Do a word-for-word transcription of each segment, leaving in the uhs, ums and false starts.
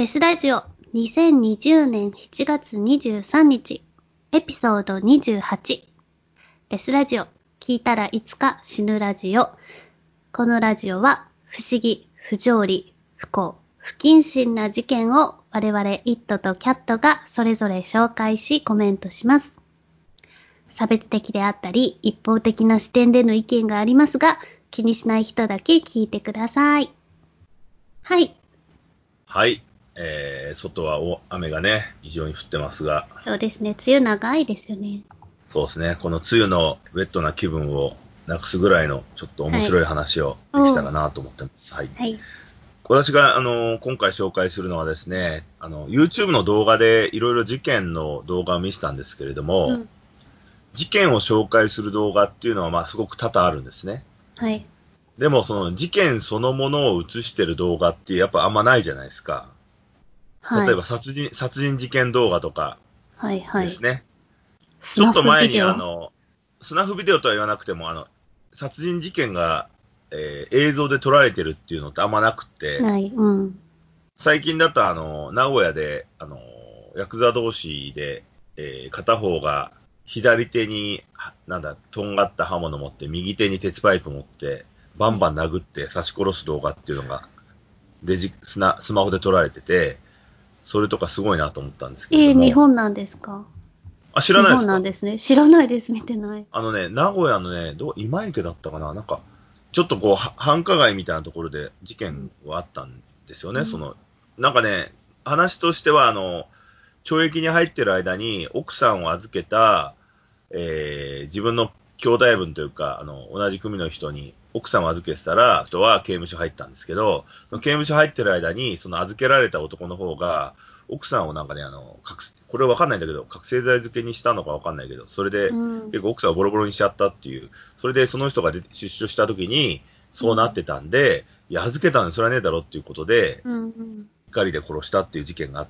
デスラジオにせんにじゅうねんしちがつにじゅうさんにちエピソードにじゅうはち。デスラジオ聞いたらいつか死ぬラジオ。このラジオは不思議、不条理、不幸、不謹慎な事件を我々イットとキャットがそれぞれ紹介しコメントします。差別的であったり一方的な視点での意見がありますが、気にしない人だけ聞いてください。はい。 はい。えー、外はお雨がね、非常に降ってますが。 そうですね。梅雨長いですよね。 そうですね。この梅雨のウェットな気分をなくすぐらいのちょっと面白い話をできたらなと思ってます。はい。はい、私が、あの、今回紹介するのはですね、あの、YouTube の動画でいろいろ事件の動画を見せたんですけれども、うん、事件を紹介する動画っていうのは、まあ、すごく多々あるんですね。 はい。 でも、その事件そのものを映してる動画ってやっぱあんまないじゃないですか。はい、例えば殺人、殺人事件動画とかですね。はいはい、ちょっと前にあの、スナフビデオとは言わなくても、あの、殺人事件が、えー、映像で撮られてるっていうのってあんまなくて、 ない、うん。 最近だとあの、名古屋で、あの、ヤクザ同士で、えー、片方が左手に、なんだ、とんがった刃物持って、右手に鉄パイプ持って、バンバン殴って刺し殺す動画っていうのが、デジスナ、スマホで撮られてて、それとかすごいなと思ったんですけれども。 えー、日本なんですか？ あ、知らないですか？ 日本なんですね。知らないです。見てない。 あのね、名古屋のね、どう、今池だったかななんか、ちょっとこう、繁華街みたいなところで事件はあったんですよね。うん、その、なんかね、話としては、あの、懲役に入ってる間に奥さんを預けた、えー、自分の兄弟分というか、あの、同じ組の人に奥さんを預けてたら、人は刑務所入ったんですけど、その刑務所入ってる間に、その預けられた男の方が、奥さんをなんかね、あの、覚これわかんないんだけど、覚醒剤漬けにしたのかわかんないけど、それで、結構奥さんをボロボロにしちゃったっていう、それでその人が出出所した時に、そうなってたんで、うん、いや、預けたのにそれはねえだろっていうことで、うんうん、怒りで殺したっていう事件があって、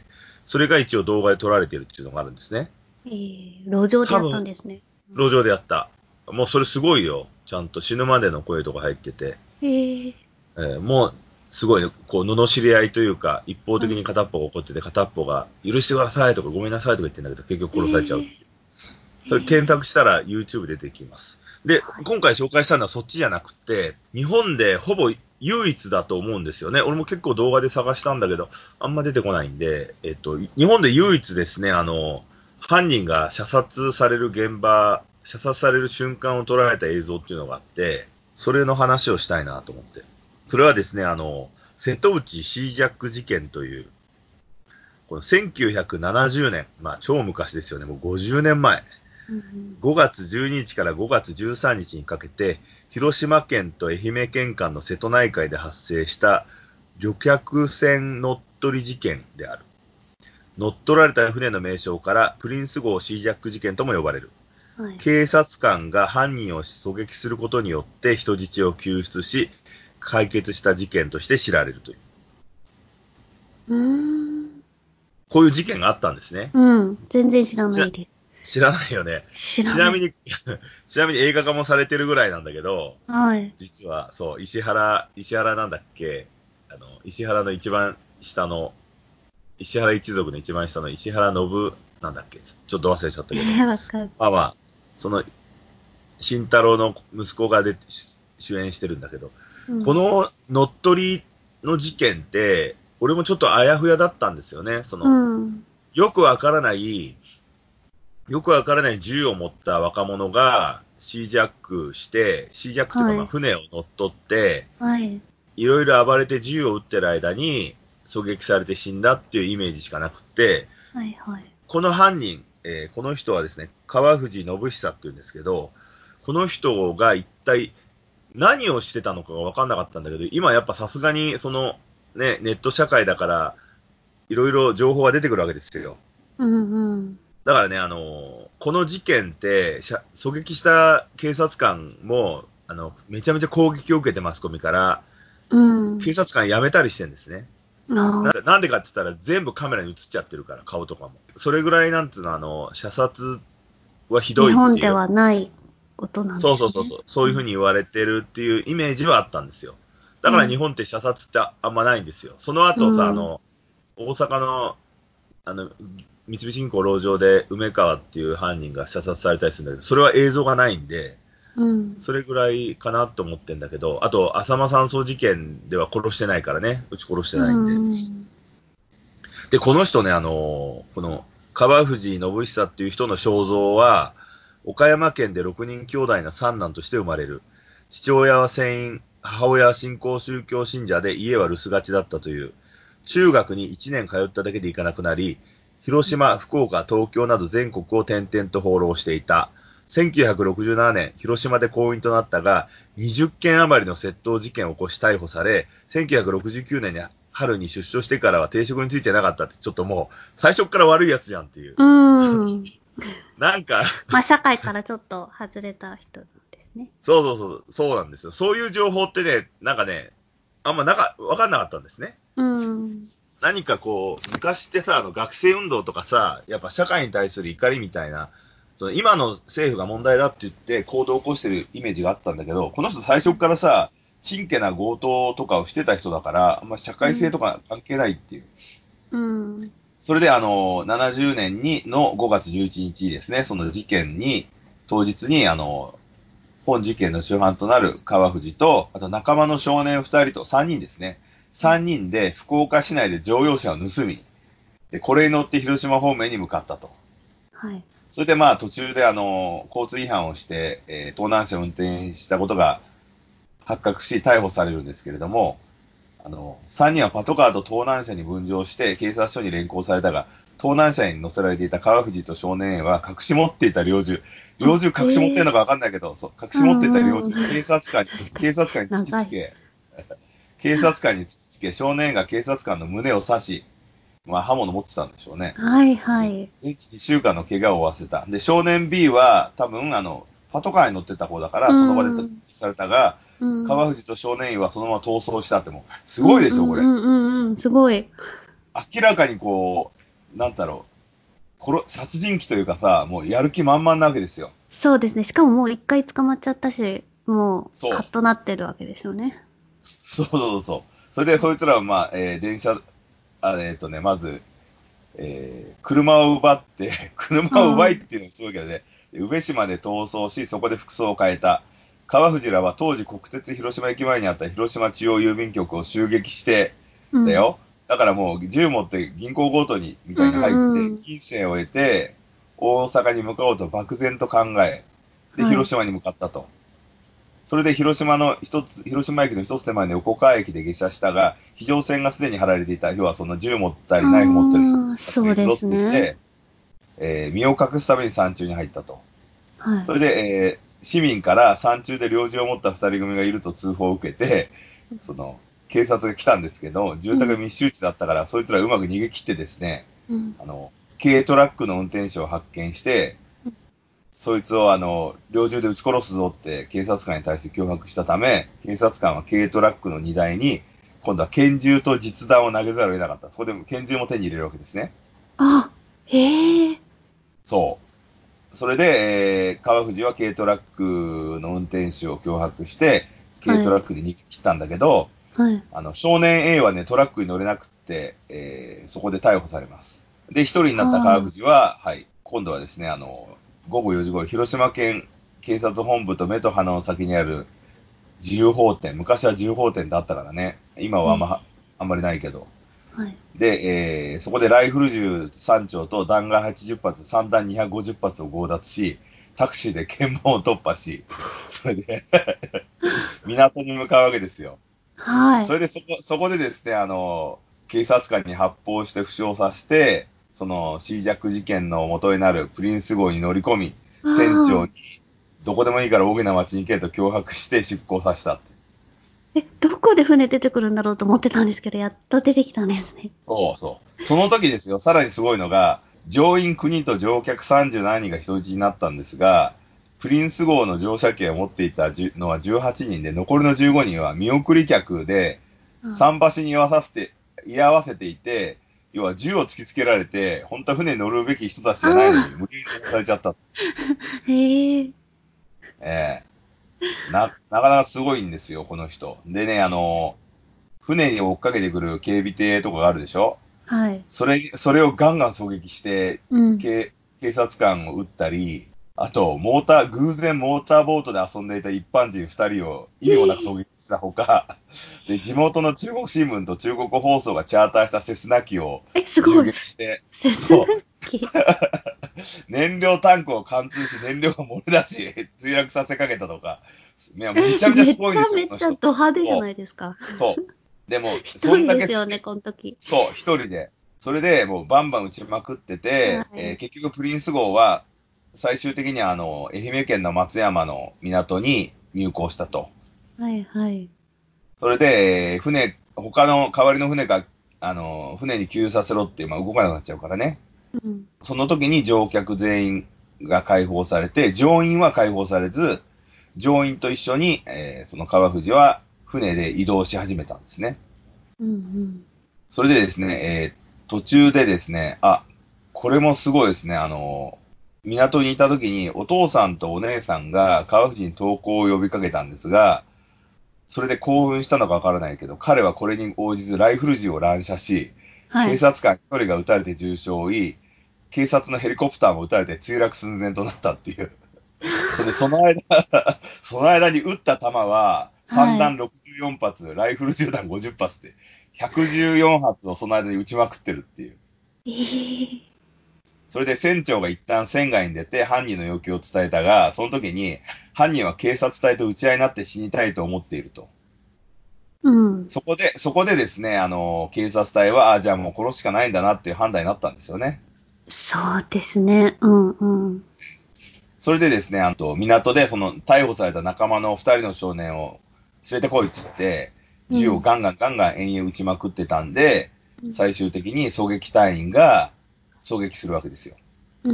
それが一応動画で撮られてるっていうのがあるんですね。 えー、路上でやったんですね。 路上でやった。もうそれすごいよ。ちゃんと死ぬまでの声とか入ってて。 へーえー、もう、すごい、こう、罵り合いというか、一方的に片っぽが怒ってて、片っぽが、許してくださいとか、ごめんなさいとか言ってんだけど、結局殺されちゃうっていう。それ検索したら YouTube 出てきます。で、はい、今回紹介したのはそっちじゃなくて、日本でほぼ唯一だと思うんですよね。俺も結構動画で探したんだけど、あんま出てこないんで、えっと、日本で唯一ですね、あの、犯人が射殺される現場、射殺される瞬間を捉えた映像っていうのがあって、それの話をしたいなと思って。それはですね、あの、瀬戸内シージャック事件という、このせんきゅうひゃくななじゅうねん、まあ超昔ですよね、もうごじゅうねんまえ。ごがつじゅうににちからごがつじゅうさんにちにかけて、広島県と愛媛県間の瀬戸内海で発生した旅客船乗っ取り事件である。乗っ取られた船の名称からプリンス号シージャック事件とも呼ばれる。はい、警察官が犯人を狙撃することによって人質を救出し、解決した事件として知られるという。 うーん。 こういう事件があったんですね。 うん。全然知らないです。 知らないよね。 知らない。 ちなみに、ちなみに映画化もされてるぐらいなんだけど、 はい。 実は、そう、石原、石原なんだっけ、あの、石原の一番下の、石原一族の一番下の石原信、なんだっけ、ちょっと忘れちゃったけど、まあまあ、その、慎太郎の息子が出て、主演してるんだけど、うん、この乗っ取りの事件って、俺もちょっとあやふやだったんですよね。その、うん、よくわからない、よくわからない銃を持った若者がシージャックして、シージャックというかまあ船を乗っ取って、はい。いろいろ暴れて銃を撃ってる間に狙撃されて死んだっていうイメージしかなくて、はいはい。この犯人、えー、この人はですね、川藤信久っていうんですけど、この人が一体何をしてたのかがわかんなかったんだけど、今やっぱさすがにそのね、ネット社会だからいろいろ情報が出てくるわけですよ。うんうん。だからね、あの、この事件って、狙撃した警察官も、あの、めちゃめちゃ攻撃を受けてマスコミから、うん、警察官辞めたりしてんですね。な, なんでかって言ったら全部カメラに映っちゃってるから、顔とかも。それぐらいなんつうの、あの、射殺はひどいっていう。 日本ではないことなんですね。 そうそうそうそう。そういうふうに言われてるっていうイメージはあったんですよ。だから日本って射殺ってあんまないんですよ。その後さ、うん、あの、 大阪の、あの、三菱銀行籠城で梅川っていう犯人が射殺されたりするんだけど、それは映像がないんで、 うん。 それぐらいかなと思ってんだけど、あと、浅間山荘事件では殺してないからね、撃ち殺してないんで。 うん。 で、この人ね、あの、この、川藤信久っていう人の肖像は、岡山県でろくにん兄弟の三男として生まれる。父親は船員、母親は新興宗教信者で家は留守がちだったという。中学にいちねん通っただけで行かなくなり、広島、福岡、東京など全国を転々と放浪していた。せんきゅうひゃくろくじゅうななねん、広島で婚姻となったが、にじゅっけん余りの窃盗事件を起こし逮捕され、せんきゅうひゃくろくじゅうきゅうねんに春に出所してからは定職についてなかったって、ちょっともう、最初から悪いやつじゃんっていう。 うん。 なんかまあ、社会からちょっと外れた人なんですね。 そうそうそう、そうなんですよ。そういう情報ってね、なんかね、あんまなか、わかんなかったんですね。 うん。 何かこう、昔ってさ、あの学生運動とかさ、やっぱ社会に対する怒りみたいな、その今の政府が問題だって言って行動を起こしてるイメージがあったんだけど、この人最初からさ、ちんけな強盗とかをしてた人だから、あんま社会性とか関係ないっていう。 うん。 それであの、ななじゅうねんにのごがつじゅういちにちですね、その事件に、当日にあの、本事件の主犯となる川藤と、あと仲間の少年ふたりとさんにんですね。さんにんで福岡市内で乗用車を盗み、で、これに乗って広島方面に向かったと。 はい。 それでまあ途中であの、交通違反をして、えー、盗難車を運転したことが発覚し逮捕されるんですけれども、あの、さんにんはパトカーと盗難車に分乗して警察署に連行されたが、盗難車に乗せられていた川藤と少年は隠し持っていた猟銃、猟銃隠し持ってるのかわかんないけど、そう、隠し持っていた猟銃、警察官に、警察官に突きつけ、警察官に突きつけ、少年が警察官の胸を刺し、まあ刃物持ってたんでしょうね。 はいはい。 いちにしゅうかんの怪我を負わせた。で、少年 B は多分あの、パトカーに乗ってた方だから、その場で突きされたが、 うん、 川藤と少年 E はそのまま逃走したってもう、すごいでしょ、これ。 うんうんうんうん、すごい。 明らかにこう、なんだろう、殺殺人鬼というかさ、もうやる気満々なわけですよ。 そうですね。しかももう一回捕まっちゃったし、もう、 そう。 カッとなってるわけでしょうね。 そうそうそう。それで、そいつらは、まあ、えー電車、あえっ、とね、まず、えー車を奪って、車を奪いっていうのはすごいけどね、宇部市まで逃走し、そこで服装を変えた。川藤らは当時国鉄広島駅前にあった広島中央郵便局を襲撃して、 うん。 だよ。だからもう銃持って銀行強盗に、みたいに入って、 うんうん。 金銭を得て、大阪に向かおうと漠然と考え、で、 はい。 広島に向かったと。それで広島の一つ、広島駅の一つ手前の横川駅で下車したが、非常線がすでに張られていた。要はその銃持ったりナイフ持ったりああ、 がいるぞってそうですね。 言って、えー身を隠すために山中に入ったと。 はい。 それで、えー市民から山中で猟銃を持った二人組がいると通報を受けて、その、警察が来たんですけど、住宅がうん。 密集地だったから、そいつらうまく逃げ切ってですね、 うん。 あの、軽トラックの運転手を発見して、そいつをあの、猟銃で撃ち殺すぞって警察官に対して脅迫したため、警察官は軽トラックの荷台に、今度は拳銃と実弾を投げざるを得なかった。そこで拳銃も手に入れるわけですね。 あ、へえ。 そう。それで、えー、川藤は軽トラックの運転手を脅迫して、軽はい。 トラックで逃げ切ったんだけど、 はい。 あの、少年 A はね、トラックに乗れなくって、えー、そこで逮捕されます。で、一人になった川は藤は、はい、今度はですね、あの、ごごよじ頃、広島県警察本部と目と鼻の先にある自由法廷、昔は自由法廷だったからね、今あ。 はあんま、 ええ。 あんまりないけど、 はい。 で、えーそこでライフル銃さん丁と弾丸はちじゅっぱつ、散弾にひゃくごじゅっぱつを強奪し、タクシーで検問を突破し、それで港に向かうわけですよ。 はい。 それでそこ、そこでですね、あの、警察官に発砲して負傷させて、その、シージャック事件の元になるプリンス号に乗り込み、船長あに、どこでもいいから大きな町に行けと脅迫して出港させたって。 あ。え、どこで船出てくるんだろうと思ってたんですけど、やっと出てきたんですね。 そうそう。その時ですよ、さらにすごいのが、乗員きゅうにんと乗客さんじゅうななにんが人質になったんですが、プリンス号の乗車券を持っていたのはじゅうはちにんで、残りのじゅうごにんは見送り客で、 あ桟橋に居合わさせて、居合わせていて、要は銃を突きつけられて、本当は船に乗るべき人たちじゃないのに、 あ無理やり乗されちゃった。 ー、へえ。 ええな、なかなかすごいんですよ、この人。でね、あの、船に追っかけてくる警備艇とかがあるでしょ。 はい。 それ、それをガンガン狙撃して、 うん。 警、警察官を撃ったり、あと、モーター、偶然モーターボートで遊んでいた一般人二人を意味もなく狙撃したほか、で、地元の中国新聞と中国放送がチャーターしたセスナ機をえ、すご銃い。 撃して、 セスナそう、 機。 燃料タンクを貫通し、燃料が漏れ出し、墜落させかけたとか、いや、めちゃめちゃめちすごいんですよ、 ゃめちゃこの人。 ド派手じゃそう、 ないですか。 そう。でも、 一人そんだけす、 ですよね、この時。 そう、一人で。それでもうバンバン撃ちまくってて、えーはい。 結局プリンス号は、最終的にはあの、愛媛県の松山の港に入港したと。 はいはい。 それで、えー船、他の代わりの船が、あの、船に給油させろっていう、まあ動かなくなっちゃうからね。 うん。 その時に乗客全員が解放されて、乗員は解放されず、乗員と一緒に、えーその川藤は船で移動し始めたんですね。 うんうん。 それでですね、えー途中でですね、あ、これもすごいですね、あの、港にいた時にお父さんとお姉さんが川藤に投降を呼びかけたんですが、それで興奮したのかわからないけど、彼はこれに応じずライフル銃を乱射し、 はい。 警察官一人が撃たれて重傷を負い、警察のヘリコプターも撃たれて墜落寸前となったっていう。それで、その間、その間に撃った弾は、散はい。 弾ろくじゅうよん発、ライフル銃弾ごじゅっ発って、ひゃくじゅうよん発をその間に撃ちまくってるっていう。 えー、 それで船長が一旦船外に出て犯人の要求を伝えたが、その時に犯人は警察隊と撃ち合いになって死にたいと思っていると。 うん。 そこで、そこでですね、あの、警察隊は、あ、じゃあもう殺すしかないんだなっていう判断になったんですよね。 そうですね。うんうん。 それでですね、あと、港でその逮捕された仲間の二人の少年を連れてこいって言って、銃をうん。 ガンガンガンガン延々撃ちまくってたんで、 うん。 最終的に狙撃隊員が狙撃するわけですよ。 うん。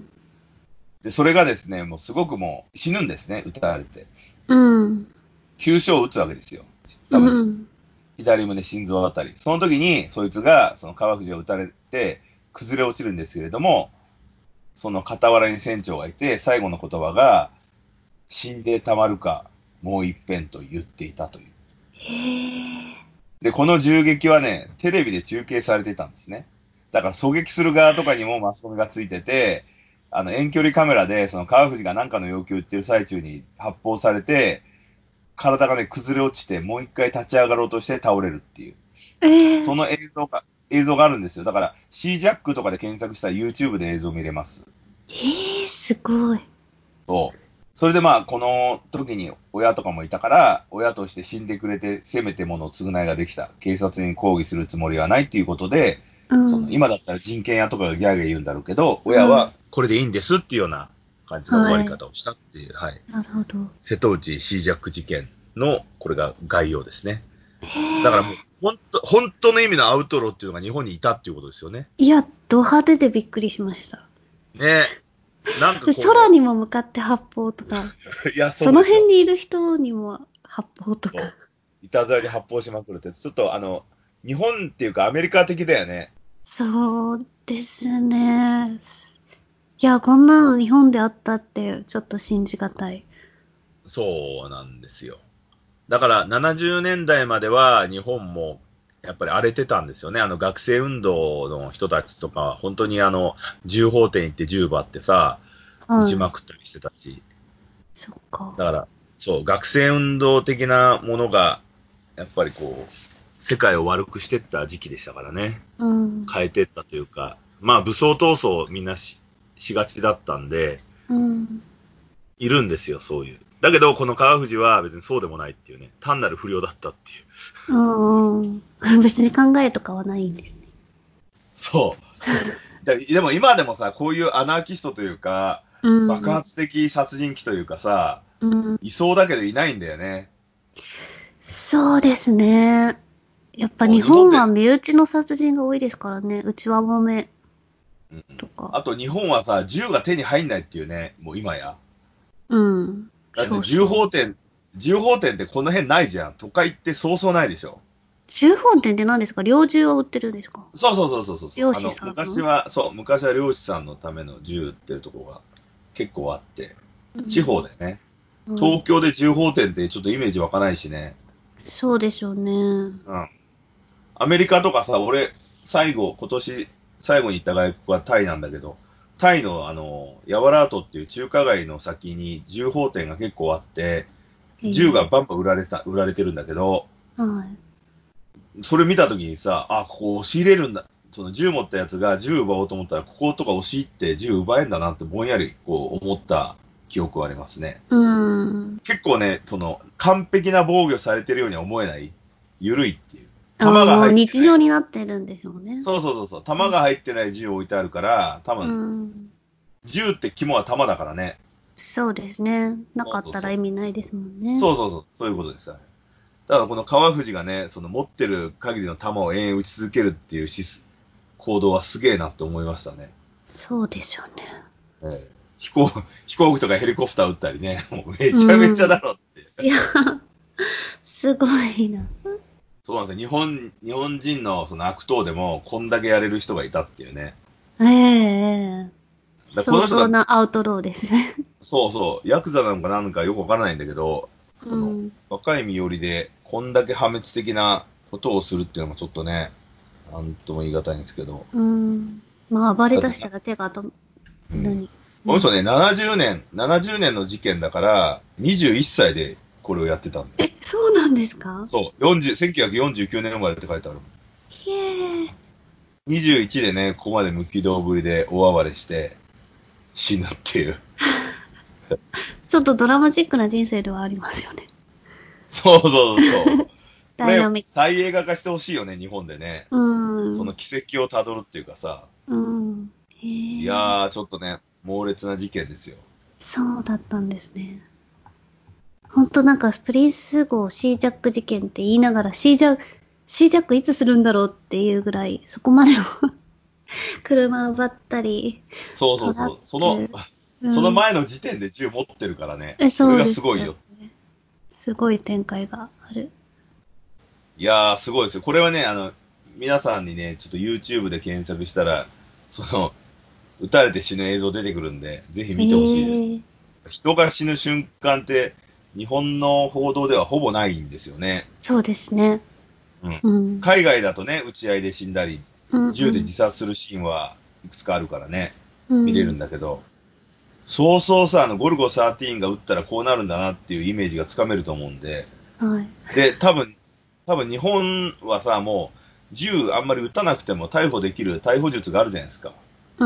で、それがですね、もうすごくもう死ぬんですね、撃たれて。 うん。 急所を撃つわけですよ。多分、 うん。 左胸、心臓あたり。その時に、そいつが、その川藤が撃たれて、崩れ落ちるんですけれども、その傍らに船長がいて、最後の言葉が、死んでたまるか、もう一遍と言っていたという。 へえ。 で、この銃撃はね、テレビで中継されてたんですね。だから狙撃する側とかにもマスコミがついてて、あの遠距離カメラで、その川藤が何かの要求を言ってる最中に発砲されて、体がね、崩れ落ちて、もう一回立ち上がろうとして倒れるっていう。 ええ。 その映像が、映像があるんですよ。だから、C ジャックとかで検索したら YouTube で映像見れます。 へえ、すごい。 そう。それでまあ、この時に親とかもいたから、親として死んでくれて、せめてもの償いができた。警察に抗議するつもりはないっていうことで、その、 うん。 今だったら人権屋とかがギャーギャー言うんだろうけど、 うん。 親はこれでいいんですっていうような感じの終わりはい。 方をしたっていう、はい。 なるほど。 瀬戸内 C ジャック事件の、これが概要ですね。 へだからもう、 え。 本当、本当の意味のアウトローっていうのが日本にいたっていうことですよね。 いや、ド派手でびっくりしました。 ね。なんかこ空にも向かって発砲とか、 う、いや、そそのうですよ。 辺にいる人にも発砲とか。 そう。いたずらで発砲しまくるって、ちょっとあの、日本っていうかアメリカ的だよね。 そうですね。いや、こんなの日本であったって、ちょっと信じがたい。 そうなんですよ。だからななじゅうねんだいまでは日本もやっぱり荒れてたんですよね。あの学生運動の人たちとか、本当にあの、銃砲店行って銃奪ってさ、撃ちはい。 まくったりしてたし。 そっか。 だから、そう、学生運動的なものが、やっぱりこう、世界を悪くしてった時期でしたからね。 うん。 変えてったというか、まあ武装闘争みんなししがちだったんで、 うん。 いるんですよ、そういう。だけど、この川藤は別にそうでもないっていうね、単なる不良だったっていう。 うんうん。別に考えとかはないんですね。 そう。ででも今でもさ、こういうアナーキストというか、 うん。 爆発的殺人鬼というかさ、 うん。 いそうだけどいないんだよね。 そうですね。やっぱそう、 日日本で、 本は身内の殺人が多いですからね。うちはもめうんうん、 とか。 あと日本はさ、銃が手に入んないっていうね、もう今や。 うん。 だって銃そうそう。 砲店、銃砲店ってこの辺ないじゃん。都会ってそうそうないでしょ。 銃本店って何ですか？猟銃を売ってるんですか？ そうそうそうそうそうそう。 漁師あの、 さんの。 昔は、そう、昔は漁師さんのための銃っていうところが結構あって、地方うん。 でね。 はい。 東京で銃砲店ってちょっとイメージ湧かないしね。 そうでしょうね。 うん。アメリカとかさ、俺、 最後、今年最後に行った外国はタイなんだけど、タイのあの、ヤワラートっていう中華街の先に銃砲店が結構あって、銃がバンバン売られた、売られてるんだけど、 はい。 それ見たときにさ、あ、ここ押し入れるんだ。その銃持ったやつが銃奪おうと思ったら、こことか押し入って銃奪えんだなってぼんやりこう思った記憶はありますね。 うん。 結構ね、その、完璧な防御されてるようには思えない。緩いっていう。 弾が入ってない。もう日常にななってるんでしょうね。 そうそうそうそう。弾が入ってない銃置いてあるから、多分、 うん。 銃って肝は弾だからね。 そうですね。なかったら意味ないですもんね。 そうそうそう。そういうことですよね。だからこの川藤がね、その持ってる限りの弾を延々撃ち続けるっていう行動はすげえなって思いましたね。 そうですよね。 ええ、飛行、飛行機とかヘリコプター撃ったりね、もうめちゃめちゃだろって。 うん、いや、すごいな。 そうなんですよ。日本、日本人のその悪党でもこんだけやれる人がいたっていうね。 ええー、 だこの人が相当なアウトローですね。 そうそう、ヤクザなのかなんかよくわからないんだけど、その、うん、若い身寄りでこんだけ破滅的なことをするっていうのもちょっとね、なんとも言い難いんですけど。 うん。まあ、暴れ出したら手がと、 うん、この人ね、ななじゅうねん、ななじゅうねんの事件だから、にじゅういっさいでこれをやってたんだよ。 え、そうなんですか？ そう、よんじゅう、せんきゅうひゃくよんじゅうきゅうねん生まれって書いてある。 へえ。 にじゅういちでね、ここまで無軌道ぶりで大暴れして死ぬっていう。 ちょっとドラマチックな人生ではありますよね。 そうそうそう。 ダイナミック。 再映画化してほしいよね、日本でね。 うん。 その奇跡をたどるっていうかさ。 うん。へえ。 いやー、ちょっとね、猛烈な事件ですよ。 そうだったんですね。ほんとなんか、プリンス号 C ジャック事件って言いながら C ジャック、C ジャックいつするんだろうっていうぐらい、そこまで車奪ったり。 そうそうそう。その、うん、その前の時点で銃持ってるからね。え、それがすごいよ。 すごい展開がある。 いやー、すごいですよ。これはね、あの、皆さんにね、ちょっと YouTube で検索したら、その、撃たれて死ぬ映像出てくるんで、ぜひ見てほしいです。えー、人が死ぬ瞬間って、日本の報道ではほぼないんですよね。 そうですね。 うんうん、海外だとね、撃ち合いで死んだり、うんうん、銃で自殺するシーンはいくつかあるからね、うん、見れるんだけど、そうそうさ、あの、ゴルゴじゅうさんが撃ったらこうなるんだなっていうイメージがつかめると思うんで、 はい、 で、多分、多分日本はさ、もう、銃あんまり撃たなくても逮捕できる逮捕術があるじゃないですか。 うん。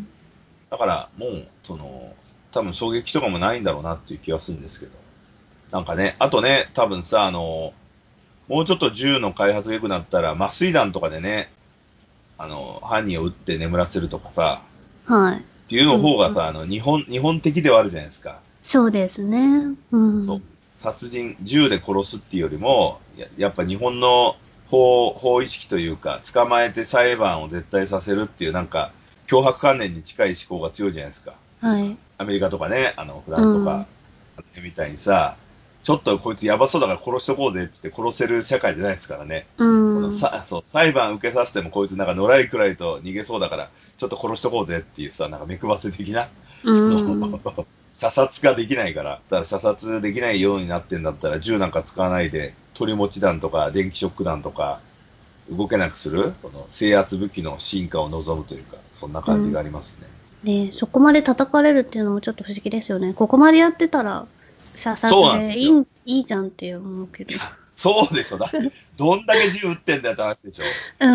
だから、もう、その、多分衝撃とかもないんだろうなっていう気がするんですけど。なんかね、あとね、多分さ、あの、もうちょっと銃の開発が良くなったら、麻酔弾とかでね、あの、犯人を撃って眠らせるとかさ、 はい。 っていうの方がさ、うん、あの、日本、日本的ではあるじゃないですか。 そうですね。うん。 そう。殺人、銃で殺すっていうよりも、や, やっぱ日本の法、法意識というか、捕まえて裁判を絶対させるっていう、なんか、脅迫観念に近い思考が強いじゃないですか。 はい。 アメリカとかね、あの、フランスとか、うん、みたいにさ、ちょっとこいつやばそうだから殺しとこうぜって言って殺せる社会じゃないですからね。 うん、 このさそう裁判受けさせてもこいつなんかのらりくらりと逃げそうだから、ちょっと殺しとこうぜっていうさ、なんか目配せ的な、うん、その射殺ができないから、だから射殺できないようになってんだったら銃なんか使わないで、取り持ち弾とか電気ショック弾とか、動けなくする、この制圧武器の進化を望むというか、そんな感じがありますね。 うん、ねそこまで叩かれるっていうのもちょっと不思議ですよね。ここまでやってたら、射殺でいい、いいじゃんって思うけど。 そうでしょ。だって、どんだけ銃撃ってんだよって話でしょ。 うん。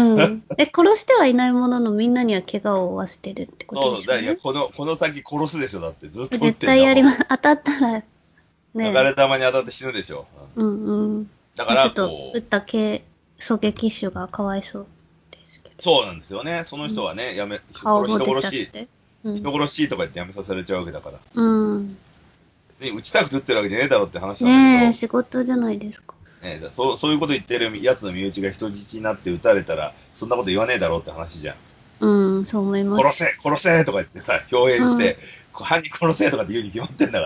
え、殺してはいないもののみんなには怪我を負わせてるってことでしょうね。そうだ、いや、この、この先殺すでしょ。だって、ずっと撃ってんだ絶対やります。当たったら、ね。 流れ弾に当たって死ぬでしょ。 うんうん。だから、ちょっと、撃った系、狙撃手がかわいそうですけど。 そうなんですよね。その人はね、うん、やめ、人殺し、うん、人殺しとか言ってやめさせれちゃうわけだから。うん。別に撃ちたくて撃ってるわけじゃねえだろって話なんだけど。 ねえ、仕事じゃないですか。 ねえ、そう、そういうこと言ってるやつの身内が人質になって撃たれたら、そんなこと言わねえだろうって話じゃん。 うん、そう思います。 殺せ殺せとか言ってさ、表現して、うん、犯人殺せとかって言うに決まってんだから。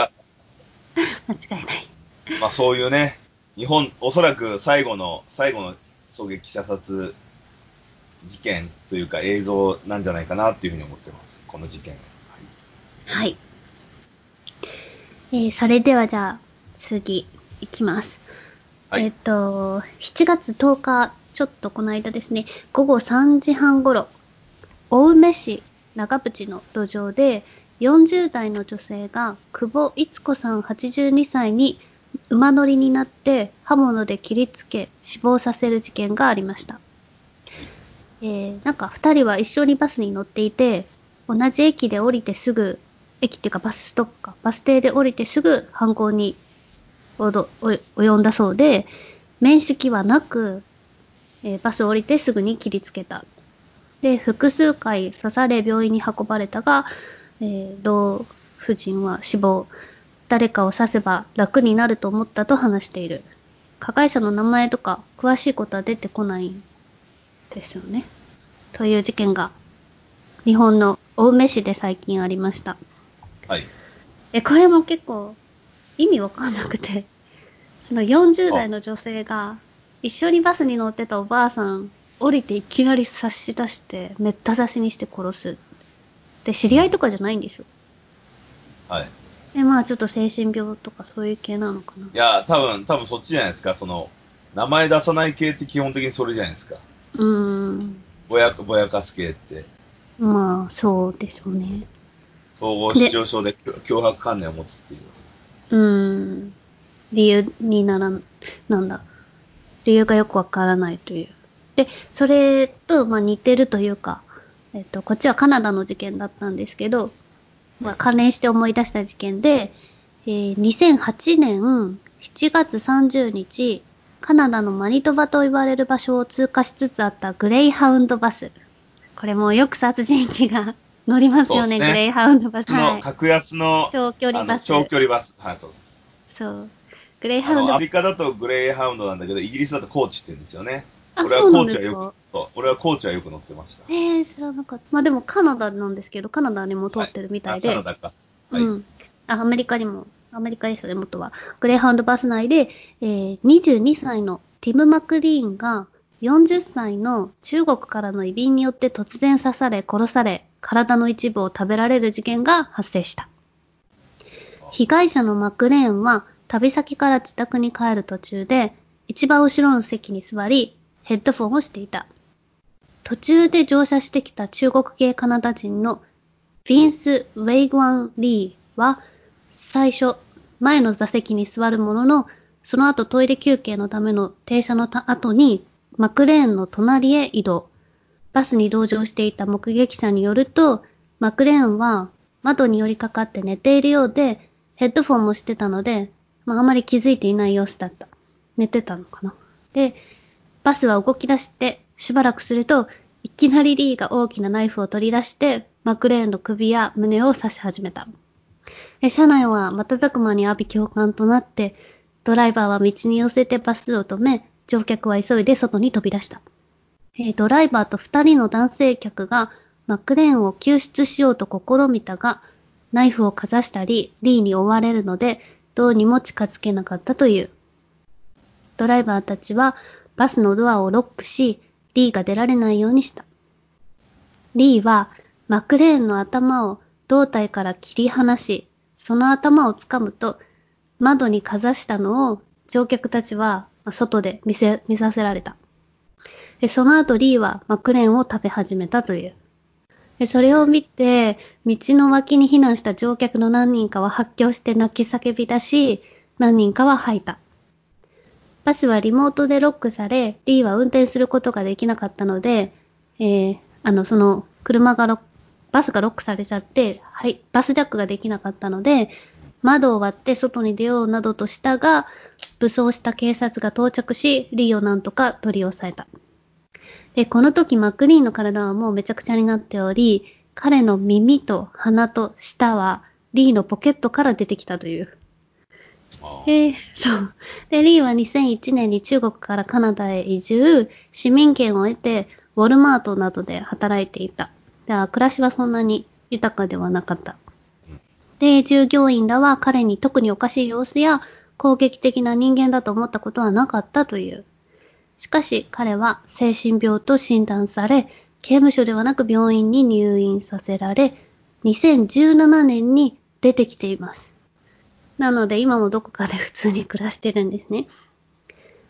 間違いない。 まあそういうね、日本、おそらく最後の、最後の狙撃射殺事件というか映像なんじゃないかなっていうふうに思ってます。この事件。 はい。はい、えー、それではじゃあ、次、いきます。はい、えっ、ー、と、しちがつとおかちょっとこの間ですね、ごごさんじはん頃、青梅市長渕の路上で、よんじゅう代の女性が久保逸子さんはちじゅうにさいに馬乗りになって刃物で切りつけ死亡させる事件がありました。えー、なんか二人は一緒にバスに乗っていて、同じ駅で降りてすぐ、駅っていうかバスストップか、バス停で降りてすぐ犯行に及んだそうで、面識はなく、えー、バスを降りてすぐに切りつけた。で、複数回刺され病院に運ばれたが、えー、老婦人は死亡。誰かを刺せば楽になると思ったと話している。加害者の名前とか詳しいことは出てこないんですよね。という事件が日本の青梅市で最近ありました。 はい。 え、これも結構意味わかんなくて、そのよんじゅう代の女性が一緒にバスに乗ってたおばあさん降りていきなり刺し出してめった刺しにして殺す。で、知り合いとかじゃないんですよ。 はい。 で、まあちょっと精神病とかそういう系なのかな。 いや、多分、多分そっちじゃないですか。その、名前出さない系って基本的にそれじゃないですか。 うーん。 ぼや、ぼやかす系って。 まあ、そうでしょうね。 統合失調症で脅迫観念を持つっていう。 うーん。理由にならん、なんだ。理由がよくわからないという。で、それと、まあ似てるというか、えっと、こっちはカナダの事件だったんですけど、まあ関連して思い出した事件で、えー、にせんはちねんしちがつさんじゅうにち、カナダのマニトバと言われる場所を通過しつつあったグレイハウンドバス。これもよく殺人鬼が乗りますよね、ねグレイハウンドバス。 の格安の、 長距離バス。 長距離バス。はい、そうです。 そう。グレイハウンド。 アメリカだとグレイハウンドなんだけど、イギリスだとコーチって言うんですよね。 あ、 俺はコーチはよく、そう、俺はコーチはよく乗ってました。 えー、知らなかった。まあでもカナダなんですけど、カナダにも通ってるみたいで。 はい、カナダか。はい。 うん。あ、アメリカにも、アメリカですよね、元は。グレイハウンドバス内で、えー、にじゅうにさいのティム・マクリーンが、よんじゅっさいの中国からの移民によって突然刺され、殺され、体の一部を食べられる事件が発生した。被害者のマクレーンは、旅先から自宅に帰る途中で、一番後ろの席に座り、ヘッドフォンをしていた。途中で乗車してきた中国系カナダ人のヴィンス・ウェイグワン・リーは、最初、前の座席に座るものの、その後トイレ休憩のための停車の後に、マクレーンの隣へ移動。バスに同乗していた目撃者によると、マクレーンは窓に寄りかかって寝ているようで、ヘッドフォンもしてたので、まあ、あまり気づいていない様子だった。寝てたのかな。で、バスは動き出して、しばらくすると、いきなりリーが大きなナイフを取り出して、マクレーンの首や胸を刺し始めた。車内は瞬く間に阿鼻叫喚となって、ドライバーは道に寄せてバスを止め、乗客は急いで外に飛び出した。ドライバーと二人の男性客がマクレーンを救出しようと試みたが、ナイフをかざしたり、リーに追われるので、どうにも近づけなかったという。ドライバーたちはバスのドアをロックし、リーが出られないようにした。リーはマクレーンの頭を胴体から切り離し、その頭を掴むと、窓にかざしたのを乗客たちは外で見せ、見させられた。でその後リーはマクレーンを食べ始めたという。でそれを見て、道の脇に避難した乗客の何人かは発狂して泣き叫び出し、何人かは吐いた。バスはリモートでロックされ、リーは運転することができなかったので、えー、あの、その、車がロック、バスがロックされちゃって、はい、バスジャックができなかったので、窓を割って外に出ようなどとしたが、武装した警察が到着し、リーをなんとか取り押さえた。で、この時マクリーンの体はもうめちゃくちゃになっており、彼の耳と鼻と舌はリーのポケットから出てきたという。えー、そう。で、リーはにせんいちねんに中国からカナダへ移住、市民権を得て、ウォルマートなどで働いていた。では、暮らしはそんなに豊かではなかった。で、従業員らは彼に特におかしい様子や攻撃的な人間だと思ったことはなかったという。しかし、彼は精神病と診断され、刑務所ではなく病院に入院させられ、にせんじゅうななねんに出てきています。なので今もどこかで普通に暮らしてるんですね。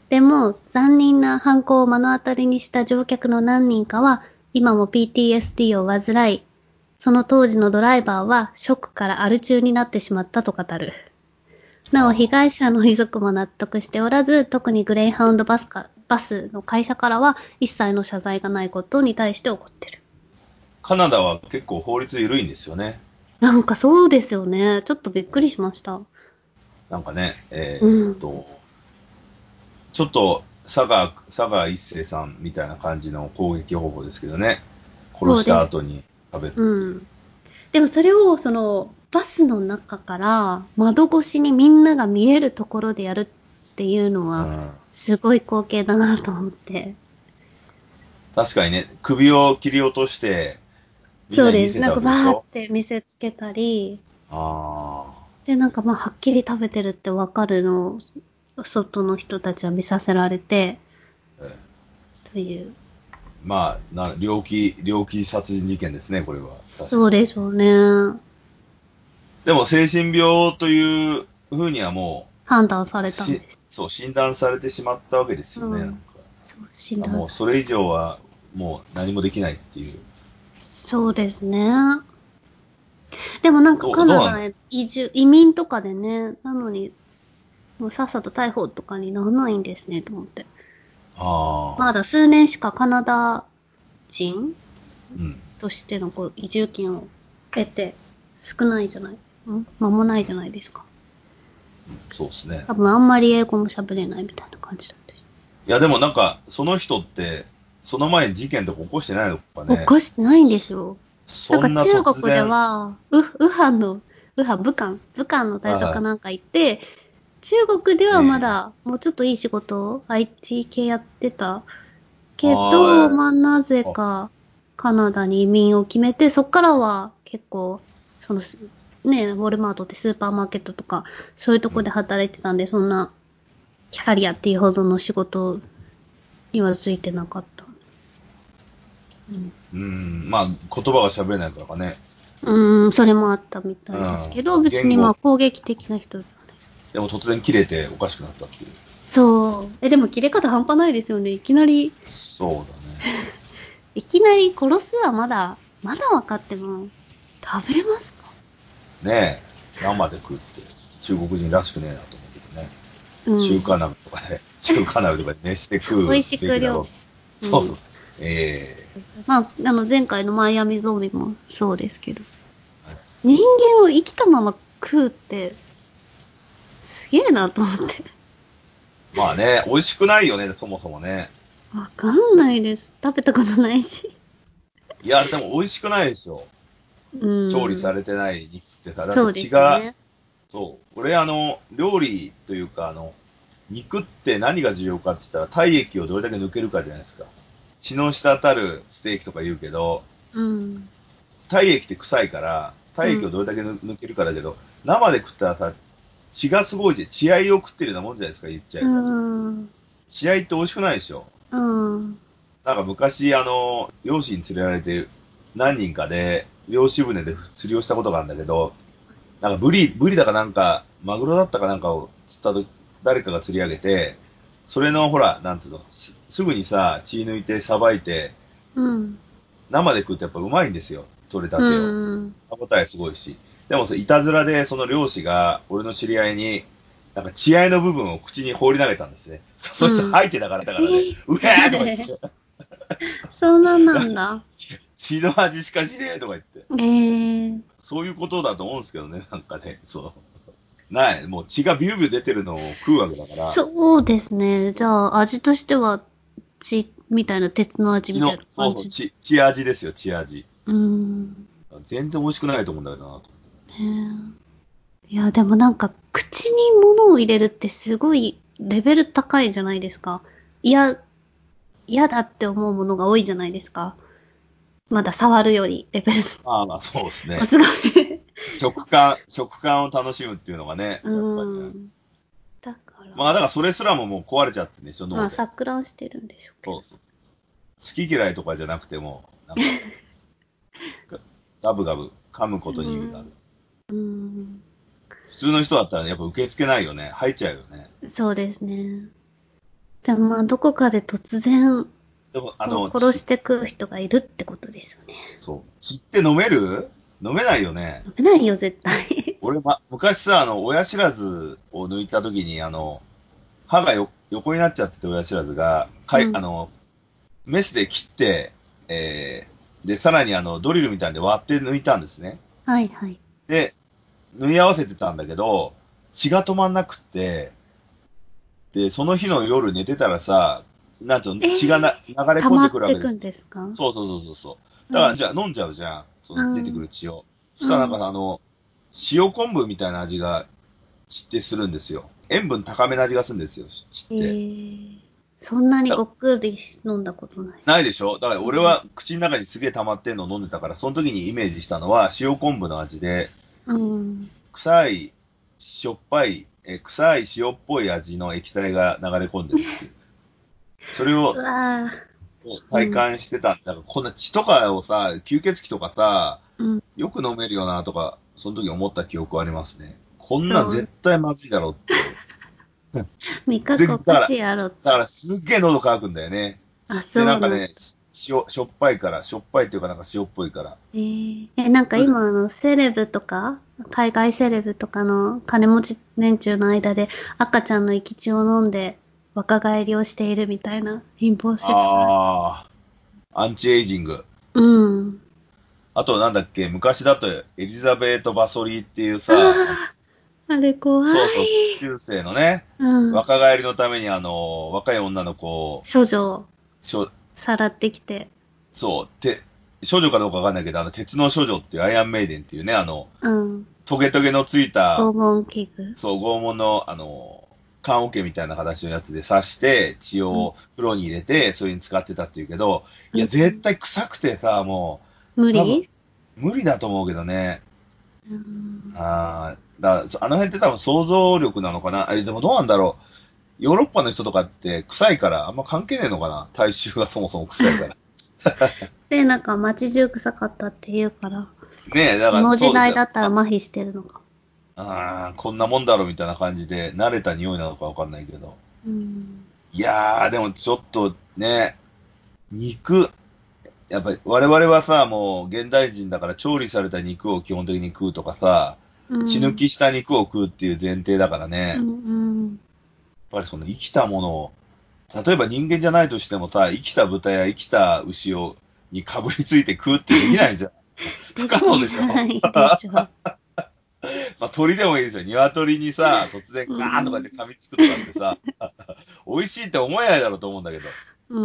でも、残忍な犯行を目の当たりにした乗客の何人かは、今も ピーティーエスディー を患い、その当時のドライバーはショックからアル中になってしまったと語る。なお、被害者の遺族も納得しておらず、特にグレイハウンドバスか、バスの会社からは一切の謝罪がないことに対して怒ってる。 カナダは結構法律緩いんですよね。 なんかそうですよね。ちょっとびっくりしました。 なんかね、えー、っと、うん、ちょっと佐賀、佐賀一世さんみたいな感じの攻撃方法ですけどね。殺した後に食べるっていう。 うん。でもそれをそのバスの中から窓越しにみんなが見えるところでやるっていうのはすごい光景だなと思って。うん、 確かにね、首を切り落としてみんなに見せたわけでしょ。 そうです。なんかバーって見せつけたり。ああ。で、なんかまあはっきり食べてるってわかるのを外の人たちは見させられて、ええ、という。 まあ、な猟奇、猟奇殺人事件ですね、これは。 そうでしょうね。 でも精神病というふうにはもう判断されたんです。 そう、診断されてしまったわけですよね。うん、なんかそう診断もうそれ以上はもう何もできないっていう。 そうですね。でもなんかカナダへ移住、移民とかでね、なのに、もうさっさと逮捕とかにならないんですね、と思って。ああ。まだ数年しかカナダ人、うん、としてのこう移住権を得て少ないじゃない、ん間もないじゃないですか。 そうですね。 多分あんまり英語も喋れないみたいな感じだった。 いやでもなんか、その人って、その前に事件とか起こしてないのかね。 起こしてないんですよ。なんか中国では、ウ、ウハンの、ウハン、武漢、武漢の大学かなんか行って、中国ではまだもうちょっといい仕事、アイティー 系やってたけど、まあなぜかカナダに移民を決めて、そっからは結構、その、ね、ウォルマートってスーパーマーケットとか、そういうとこで働いてたんで、そんな、キャリアっていうほどの仕事にはついてなかった。 うん、うんまあ言葉が喋れないからかね。 うん、それもあったみたいですけど、別にまあ攻撃的な人じゃない。 でも突然切れておかしくなったっていう。 そう。え、でも切れ方半端ないですよね。いきなり。 そうだね。 いきなり殺すはまだ、まだ分かっても、食べますかねえ、生で食うって中国人らしくねえなと思うけどね。うん、中華鍋とかで、中華鍋とかで熱して食うべきだろう。そうそう。ええー。まあ、あの前回のマイアミゾンビもそうですけど。はい、人間を生きたまま食うって、すげえなと思って。 まあね、美味しくないよね、そもそもね。 わかんないです。食べたことないし。 いや、でも美味しくないでしょ。うん。調理されてない肉ってさ、だって血が、そうですね。そう。俺、あの、料理というか、あの、肉って何が重要かって言ったら、体液をどれだけ抜けるかじゃないですか。血の滴るステーキとか言うけど、うん、体液って臭いから、体液をどれだけ抜けるかだけど、うん、生で食ったらさ、血がすごいじゃん。血合いを食ってるようなもんじゃないですか、言っちゃえば。うん、血合いって美味しくないでしょ。うん、なんか昔、あの、漁師に連れられて、何人かで、漁師船で釣りをしたことがあるんだけど、なんかブリ、ブリだかなんか、マグロだったかなんかを釣ったと、誰かが釣り上げて、それのほら、なんつうの、す, すぐにさ、血抜いてさばいて、うん、生で食うとやっぱうまいんですよ、取れたてを。うん、歯応えすごいし。でも、いたずらでその漁師が、俺の知り合いに、なんか血合いの部分を口に放り投げたんですね。そいつ吐いてたからだからね、うん、うわーとか言って。 そんななんだ。 血の味しかしねえとか言って。えー、そういうことだと思うんですけどね、なんかね、そう。ない、もう血がビュービュー出てるのを食うわけだから。 そうですね。じゃあ、味としては、血みたいな、鉄の味みたいな感じ。 そうそう、血、血味ですよ、血味。うん。全然美味しくないと思うんだよな。 へえ。いや、でもなんか、口に物を入れるってすごいレベル高いじゃないですか。いや、嫌だって思うものが多いじゃないですか。まだ触るよりレベル。 ああ、まあそうですね。 すごい。 食感、食感を楽しむっていうのがね、やっぱり、ね。うん。だから。まあだからそれすらももう壊れちゃってんでしょ、脳で。 まあ錯乱してるんでしょうけど。そうそう。 好き嫌いとかじゃなくても、なんかガブガブ噛むことに意味がある。うん。普通の人だったら、ね、やっぱ受け付けないよね。入っちゃうよね。 そうですね。 でもまあ、どこかで突然、 でも、あの、 殺してく人がいるってことですよね。 そう。血って飲める飲めないよね。 飲めないよ、絶対。 俺、ま、昔さ、あの、親知らずを抜いたときに、あの、歯がよ横になっちゃってて、親知らずが、かい、 うん、 あの、メスで切って、えー、で、さらにあの、ドリルみたいで割って抜いたんですね。 はいはい。 で、縫い合わせてたんだけど、血が止まんなくって、で、その日の夜寝てたらさ、なんつうの、 えー、 血がな流れ溜込んでまってくくるわけです。 んですか？ そうそうそうそうそう。だから、 うん、 じゃあ飲んじゃうじゃん。その出てくうん、 る血を。そしたらなんうん。 かあの、塩昆布みたいな味が血ってするんですよ。塩分高めな味がするんですよ、血えって。 ー、そんなにごっくり飲んだことない。 ないでしょ？だから俺うん、 は口の中にすげえ溜まってんのを飲んでたから、その時にイメージしたのは塩昆布の味で、 うん。 臭い、しょっぱい、え臭い塩っぽい味の液体が流れ込んでるっていう。それうをわぁ。う体ん、 感してたんだから、こんな血とかをさ、吸血鬼とかさ、 うん。 よく飲めるよなとか、その時思った記憶はありますね。こんなんそう。 絶対まずいだろうっていう。 味覚おかでだから、 しいやろ。 だからすっげえ喉乾くんだよね。 あ、 血ってそうなん。 なんかね、塩、しょっぱいから、しょっぱいっていうかなんか塩っぽいから。 えー、え、なんかそれで今あの、セレブとか、海外セレブとかの金持ち連中の間で赤ちゃんの生き血を飲んで若返りをしているみたいな貧乏説が。 ああ、アンチエイジング。 うん。 あとなんだっけ、昔だとエリザベート・バソリーっていうあさ、あのあ、あれ怖そうそう、 い。 中世のね、 うん。 若返りのためにあの、若い女の子を、 処女をしょさらってきて。 そう、て、少女かどうかわかんないけど、あの、鉄の少女っていうアイアンメイデンっていうね、あの、 うん。 トゲトゲのついた、 拷問器具。 そう、拷問の、あの、棺桶みたいな形のやつで刺して、血うん。 を風呂に入れて、それに使ってたっていうけど、いや、 うん。 絶対臭くてさ、もう、多分、 無理。 無理だと思うけどね。 うん。 ああ、だあの辺って多分想像力なのかな。え、でもどうなんだろう。ヨーロッパの人とかって臭いからあんま関係ねえのかな。体臭がそもそも臭いから。 で、なんか街中臭かったって言うから、 ねえ、だからこの時そうですよ。 代だったら麻痺してるのか。 ああ、こんなもんだろみたいな感じで、慣れた匂いなのかわかんないけど。 うん。 いやー、でもちょっとね、肉、やっぱり我々はさ、もう現代人だから調理された肉を基本的に食うとかさ、血抜うん。 きした肉を食うっていう前提だからね、 うやっん。 ぱりその生きたものを、例えば人間じゃないとしてもさ、生きた豚や生きた牛を、にかぶりついて食うってできないじゃん。不可でき能でしょ。 ないでしょ。 まあ鳥でもいいですよ。鶏にさ、突然うガーンとか言ってん。 噛みつくとかってさ、美味しいって思えないだろうと思うんだけど、 うん。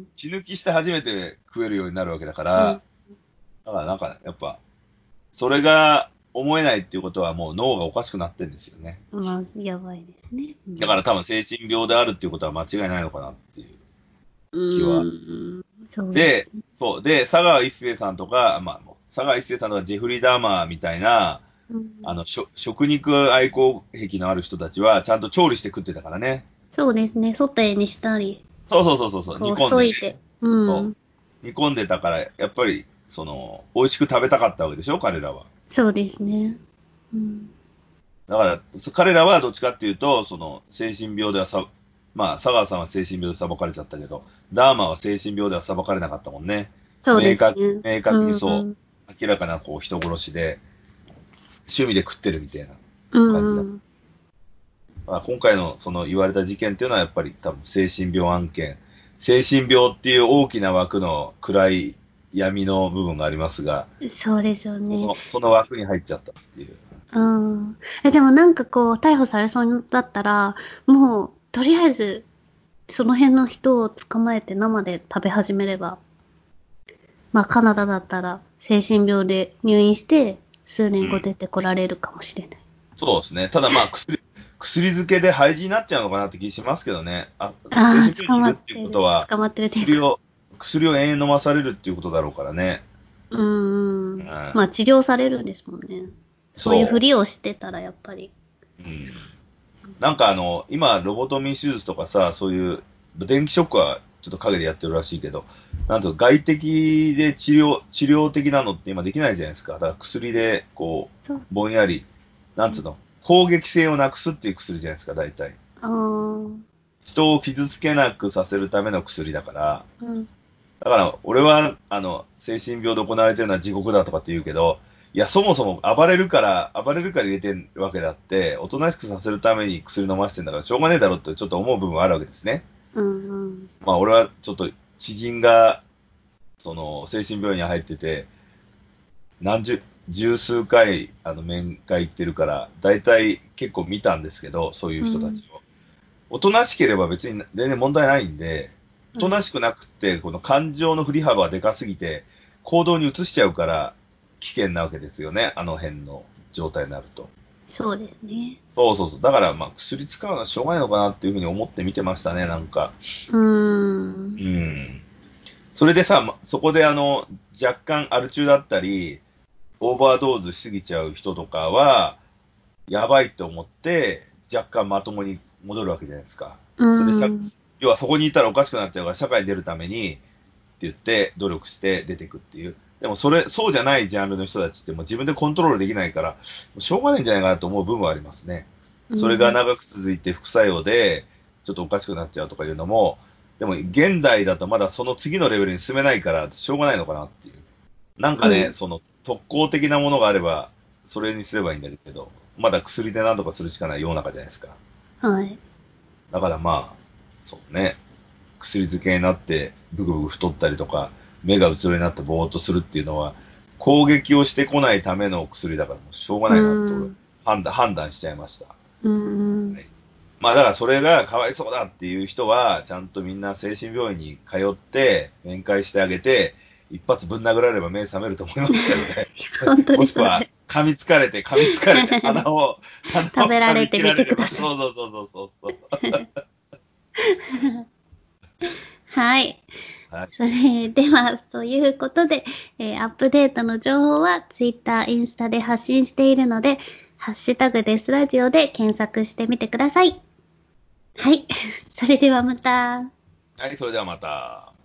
血抜きして初めて食えるようになるわけだかうん。 ら、だからなんかやっぱ、それが思えないっていうことはもう脳がおかしくなってんですよね。 まあ、やばいですね。うん。 だから多分精神病であるっていうことは間違いないのかなっていうう気は。 ん。そうです。 で、そう。で、佐川一生さんとか、まあ、佐川一生さんとかジェフリー・ダーマーみたいな、 うん。 あの、しょ食肉愛好癖のある人たちは、ちゃんと調理して食ってたからね。 そうですね。ソテーにしたり、 そうそうそうそうそう、煮こう、 込んでね。 削いで。うそん。 う。煮込んでたから、やっぱり、その、美味しく食べたかったわけでしょ、彼らは。 そうですね。うん。 だから、そ彼らはどっちかっていうと、その、精神病ではさ、まあ、佐川さんは精神病で裁かれちゃったけど、ダーマーは精神病では裁かれなかったもんね。 そうで明確、 すね。 明う確にそん。 う、明らかなこう人殺しで、趣味で食ってるみたいなう感じだ。 ん。 まあ、今回のその言われた事件っていうのはやっぱり多分精神病案件、精神病っていう大きな枠の暗い闇の部分がありますが、 そうですよね。 その、その枠に入っちゃったっていう。 うん。え、でもなんかこう、逮捕されそうだったら、もう、とりあえず、その辺の人を捕まえて生で食べ始めれば、まあカナダだったら精神病で入院して数年後うん。 出てこられるかもしれない。 そうですね。ただまあ薬、薬漬けで廃人になっちゃうのかなって気しますけどね。あ、精ああ、 神病捕まにいるっていうってる。 ことは、 捕まってるっていうか。 薬を、薬を延々飲まされるっていうことだろうからね。 うーん。 うん。 まあ治療されるんですもんね。そういうふそりをしてたらやっぱり。 う。うん。なんかあの、今、ロボトミー手術とかさ、そういう、電気ショックはちょっと陰でやってるらしいけど、なんと外的で治療、治療的なのって今できないじゃないですか。だから薬で、こそう。 う、ぼんやり、なんつうの、攻撃性をなくすっていう薬じゃないですか、大体。 ああ。 人を傷つけなくさせるための薬だから、 うん、 だから俺は、あの、精神病で行われてるのは地獄だとかって言うけど、いや、そもそも暴れるから、暴れるから入れてるわけだって、おとなしくさせるために薬飲ませてんだからしょうがねえだろってちょっと思う部分はあるわけですね。 うんうん、 まあ俺はちょっと知人が、その、精神病院に入ってて、何十、十数回、あの、面会行ってるから、大体結構見たんですけど、そういう人たちを。おとなしければ別に全然問題ないんで、おとなしくなくって、この感情の振り幅がでかすぎて、行動に移しちゃうから危険なわけですよね、あの辺の状態になると。 そうですね。 そうそうそう。だから、まあ、薬使うのはしょうがないのかなっていうふうに思って見てましたね、なんか。 うーん。 うん。それでさ、まそこであの、若干アル中だったり、オーバードーズしすぎちゃう人とかは、やばいと思って、若干まともに戻るわけじゃないですか。 うーそれでん。 要はそこにいたらおかしくなっちゃうから、社会に出るためにって言って、努力して出てくっていう。でもそれ、そうじゃないジャンルの人たちってもう自分でコントロールできないから、しょうがないんじゃないかなと思う部分はありますね。それが長く続いて副作用で、ちょっとおかしくなっちゃうとかいうのも、でも現代だとまだその次のレベルに進めないから、しょうがないのかなっていう。なんかね、 うん、 その特効的なものがあれば、それにすればいいんだけど、まだ薬で何とかするしかない世の中じゃないですか。 はい。 だからまあ、そうね、薬漬けになってブクブク太ったりとか、目がうつろになってぼーっとするっていうのは、攻撃をしてこないための薬だからもうしょうがうないなって俺ん。 判断、判断しちゃいました。 うん。 はい、まあだからそれがかわいそうだっていう人は、ちゃんとみんな精神病院に通って面会してあげて、一発ぶん殴られれば目覚めると思いますけどね。 本当にそれ。 もしくは、噛みつかれて、噛みつかれて、鼻を、鼻を食べら噛みれてみ切られれば、 てください。 そうそうそうそうそう。 はい。 はい。 それでは、ということで、えーアップデートの情報は Twitter、インスタで発信しているので、ハッシュタグデスラジオで検索してみてください。はい。それではまた。 はい、それではまた。